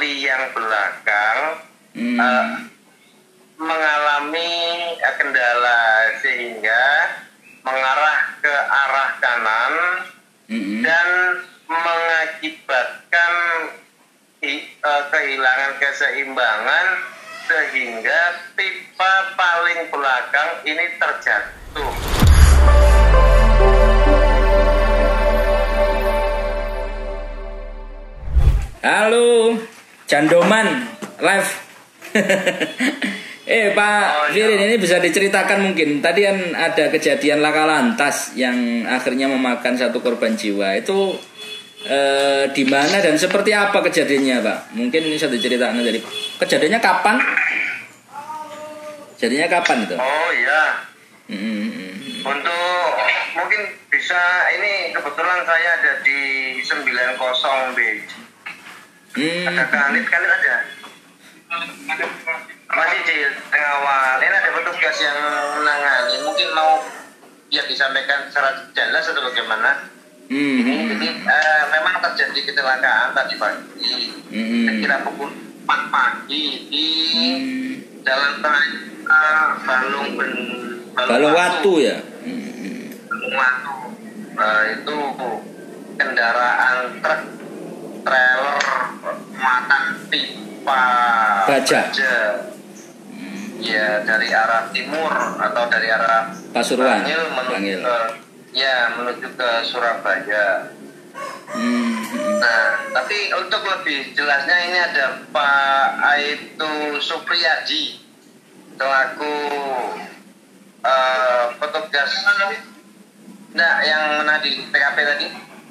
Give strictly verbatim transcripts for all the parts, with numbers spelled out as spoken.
troli yang belakang hmm. uh, mengalami uh, kendala sehingga mengarah ke arah kanan hmm. dan mengakibatkan uh, kehilangan keseimbangan sehingga pipa paling belakang ini terjatuh. Halo, Jandoman live. eh Pak oh, Firin, ini bisa diceritakan mungkin tadi kan ada kejadian laka lantas yang akhirnya memakan satu korban jiwa itu eh, di mana dan seperti apa kejadiannya Pak? Mungkin bisa diceritakan dari kejadiannya kapan? Kejadiannya kapan itu? Oh iya. Hmm. Untuk mungkin bisa ini kebetulan saya ada di sembilan puluh B. Hmm. Ada kanit, kanit ada. Masih di tengah awal. Ini ada petugas yang menangani. Mungkin mau biar disampaikan secara jelas atau bagaimana? Hmm. Ini jadi uh, memang terjadi kecelakaan tadi pagi. Hmm. Kira pukul empat pagi di hmm. jalan raya uh, Balung Ben Balung Watu ya. Hmm. Balung Watu. Uh, itu kendaraan truk trailer muatan pipa baja. baja hmm. ya dari arah timur atau dari arah Pasuruan Bangil menuju ke ya menuju ke Surabaya. hmm. Nah tapi untuk lebih jelasnya ini ada Pak Aibtu Supriyadi selaku uh, petugas nah yang mana di T K P tadi.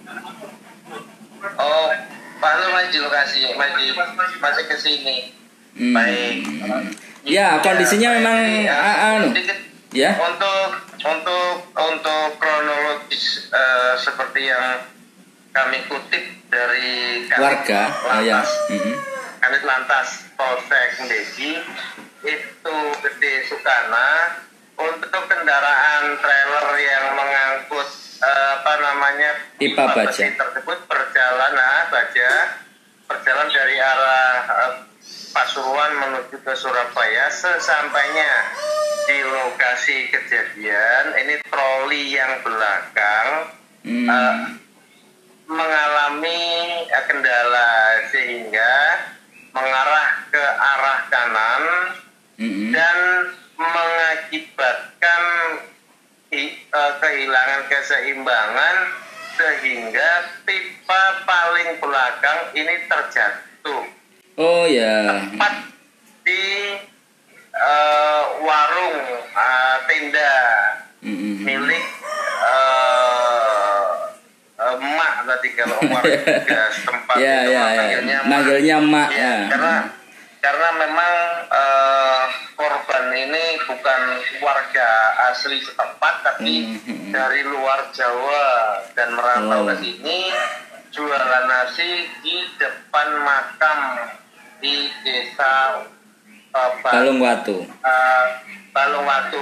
Oh, Pak Nur masih di lokasi, masih masih ke sini. Hmm. Baik. Ya, kondisinya ya, memang ya, anu. Ya. Untuk untuk untuk kronologis uh, seperti yang kami kutip dari warga, Lantas, oh, ya. Mm-hmm. Kanit Lantas Polsek Ndesi itu Gede Sukana untuk kendaraan trailer yang mengangkut uh, apa namanya pipa baja tersebut berjalan nah baja berjalan dari arah uh, Pasuruan menuju ke Surabaya. Sesampainya di lokasi kejadian ini troli yang belakang hmm. uh, mengalami uh, kendala sehingga mengarah ke arah kanan hmm. dan mengakibatkan kehilangan keseimbangan sehingga pipa paling belakang ini terjatuh. Oh ya. Tepat di uh, warung uh, tenda mm-hmm. milik uh, uh, emak tadi kalau warga setempat ya, itu ya, manggilnya ya. manggilnya emak. Ya, ya. Karena karena memang uh, korban ini bukan warga asli setempat tapi mm-hmm. dari luar Jawa dan merantau oh. ke sini jualan nasi di depan makam di desa uh, Balung Watu. Uh, Balung Watu.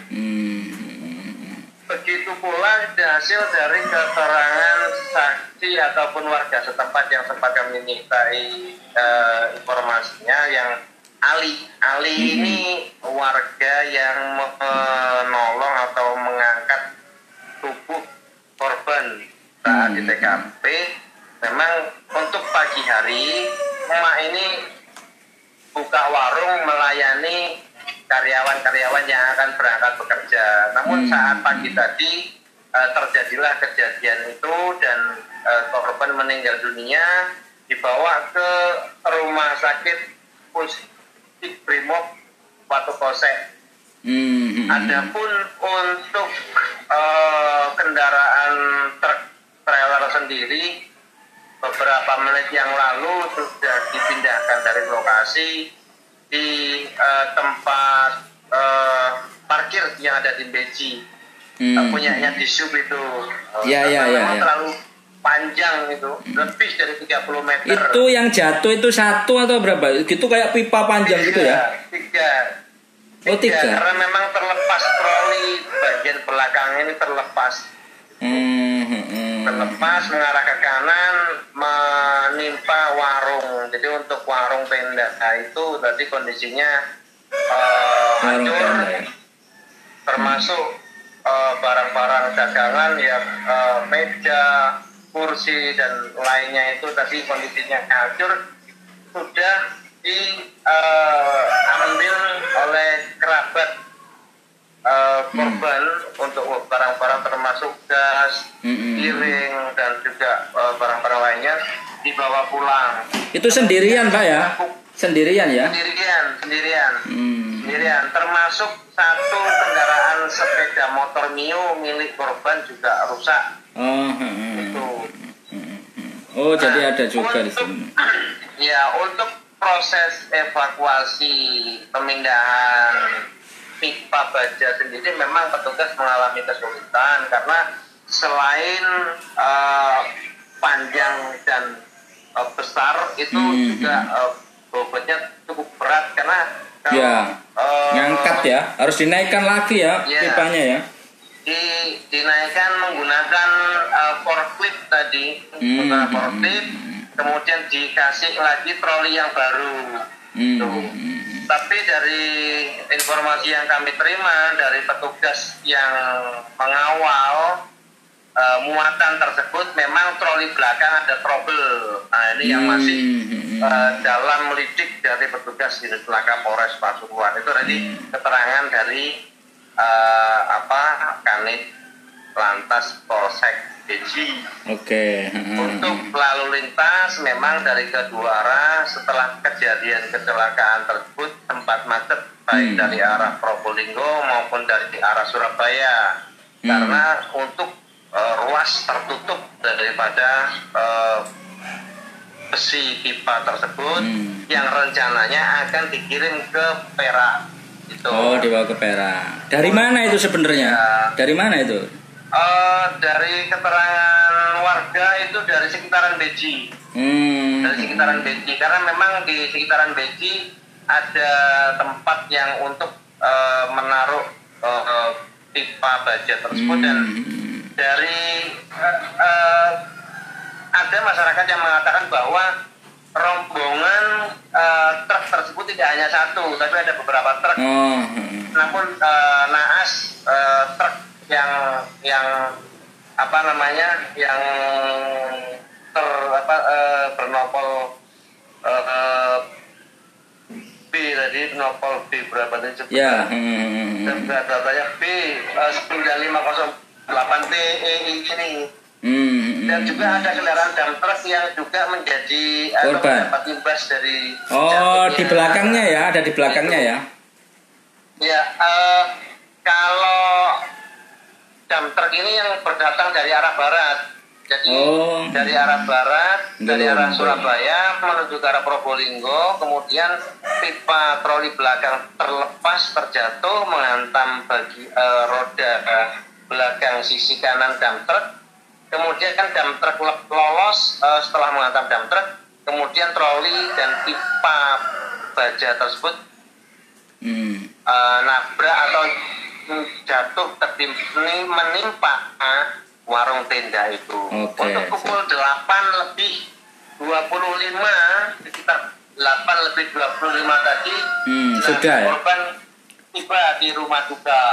Mm-hmm. Begitu pula hasil dari keterangan saksi ataupun warga setempat yang sempat kami mintai uh, informasinya yang Ali, Ali mm-hmm. ini warga yang menolong atau mengangkat tubuh korban saat mm-hmm. di T K P. Memang untuk pagi hari emak ini buka warung melayani karyawan-karyawan yang akan berangkat bekerja. Namun saat pagi tadi uh, terjadilah kejadian itu dan uh, korban meninggal dunia dibawa ke rumah sakit Pusdik Brimob Watu Kosek. Mm-hmm. Adapun untuk uh, kendaraan truk trailer sendiri beberapa menit yang lalu sudah dipindahkan dari lokasi di uh, tempat uh, parkir yang ada di Beji. Mm-hmm. Uh, punyanya di Sub itu. Iya, iya, iya. Terlalu panjang itu, lebih dari tiga puluh meter. Itu yang jatuh itu satu atau berapa? Gitu kayak pipa panjang tiga, gitu ya? Tiga. Oh, tiga. Karena memang terlepas troli bagian belakang ini terlepas. Hmm, hmm, hmm. Berlepas mengarah ke kanan menimpa warung. Jadi untuk warung tenda itu tadi kondisinya uh, Warung hancur, tenda ya. termasuk uh, barang-barang dagangan yang uh, meja, kursi dan lainnya itu tadi kondisinya hancur, sudah diambil uh, oleh kerabat uh, korban hmm. untuk barang-barang termasuk gas, hmm. piring dan juga uh, barang-barang lainnya dibawa pulang. Itu sendirian Pak ya? Sendirian ya? Sendirian, sendirian, hmm. sendirian. Termasuk satu kendaraan sepeda motor Mio milik korban juga rusak. Oh, hmm. itu. Oh, jadi nah, ada juga untuk, di sini. Ya, untuk proses evakuasi pemindahan pipa baja sendiri memang petugas mengalami kesulitan karena selain uh, panjang dan uh, besar itu hmm. juga uh, bobotnya cukup berat karena kalau, ya, uh, ngangkat ya, harus dinaikkan lagi ya, ya pipanya ya. Di, dinaikkan menggunakan uh, forklift tadi, hmm. menggunakan forklift, kemudian dikasih lagi troli yang baru. Hmm. Tuh. Tapi dari informasi yang kami terima dari petugas yang mengawal uh, muatan tersebut, memang troli belakang ada trouble. Nah ini yang masih uh, dalam lidik dari petugas Unit Laka Polres Pasuruan. Itu tadi keterangan dari uh, apa Kanit Lantas Polsek Beji. Oke. Untuk lalu lintas memang dari kedua arah setelah kejadian kecelakaan tersebut sempat macet baik hmm. dari arah Probolinggo maupun dari arah Surabaya hmm. karena untuk uh, ruas tertutup daripada uh, besi pipa tersebut hmm. yang rencananya akan dikirim ke Perak. Itu. Oh, dibawa ke Perak. Dari mana itu sebenarnya? Ya. Dari mana itu? Uh, dari keterangan warga itu dari sekitaran Beji, hmm. dari sekitaran Beji karena memang di sekitaran Beji ada tempat yang untuk uh, menaruh uh, pipa baja tersebut hmm. dan dari uh, uh, ada masyarakat yang mengatakan bahwa rombongan uh, truk tersebut tidak hanya satu, tapi ada beberapa truk. Hmm. Namun uh, naas uh, truk yang yang apa namanya yang ter apa uh, bernopol uh, B tadi nopol B berapa tadi ya hmm. dan datanya B sembilan lima nol delapan T E ini hmm. dan juga ada kendaraan dump truck yang juga menjadi korban dapat imbas dari oh di belakangnya ya ada di belakangnya itu. ya ya uh, kalau dump truck ini yang berdatang dari arah barat, jadi oh. dari arah barat, Belum. dari arah Surabaya menuju ke arah Probolinggo, kemudian pipa troli belakang terlepas terjatuh menghantam bagi uh, roda uh, belakang sisi kanan dump truck, kemudian kan dump truck lolos uh, setelah menghantam dump truck, kemudian troli dan pipa baja tersebut hmm. uh, nabrak atau jatuh tertimpa menimpa warung tenda itu. Okay. Untuk pukul delapan lebih dua puluh lima sekitar delapan lebih dua puluh lima tadi hmm, sudah ya? Korban tiba di rumah duka.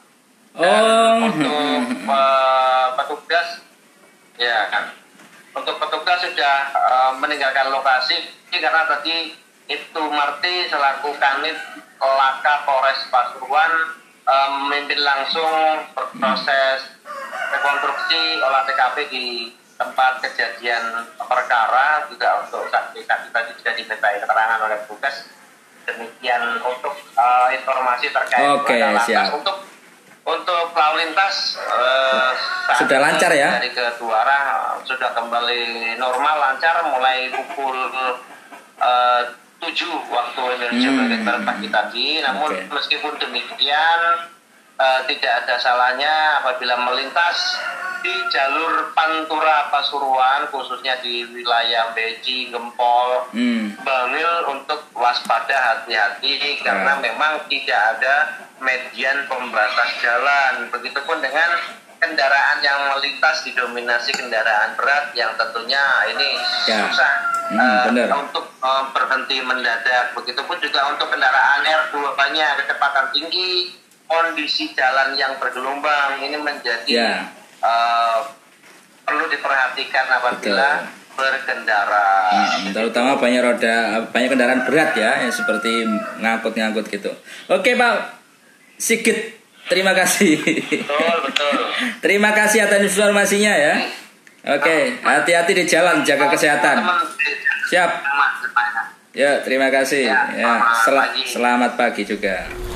Oh. Untuk uh, petugas ya kan. Untuk petugas sudah uh, meninggalkan lokasi karena tadi itu Marti selaku Kanit Laka Polres Pasuruan memimpin langsung proses rekonstruksi olah T K P di tempat kejadian perkara, juga untuk saksi-saksi tadi sudah dimintai keterangan oleh petugas. Demikian untuk uh, informasi terkait Oke, siap. Untuk untuk lalu lintas uh, sudah lancar ya? Dari kedua arah uh, sudah kembali normal lancar mulai pukul uh, tujuh waktu Indonesia hmm. bagian barat pagi tadi. Namun okay. meskipun demikian uh, tidak ada salahnya apabila melintas di jalur Pantura Pasuruan, khususnya di wilayah Beji, Gempol, hmm. Bangil, untuk waspada, hati-hati karena hmm. memang tidak ada median pembatas jalan. Begitupun dengan kendaraan yang melintas didominasi kendaraan berat yang tentunya ini Ya. susah Hmm, uh, benar. untuk uh, berhenti mendadak. Begitupun juga untuk kendaraan R dua-nya kecepatan tinggi, kondisi jalan yang bergelombang ini menjadi Ya. uh, perlu diperhatikan apabila Betul. berkendara. Hmm, terutama banyak roda, banyak kendaraan berat ya, yang seperti ngangkut-ngangkut gitu. Oke Pak Sigit, terima kasih. Betul, betul. Terima kasih atas informasinya ya. Oke, hati-hati di jalan, jaga kesehatan. Siap. Ya, terima kasih. Ya, Ya, selamat sel- pagi. selamat pagi juga.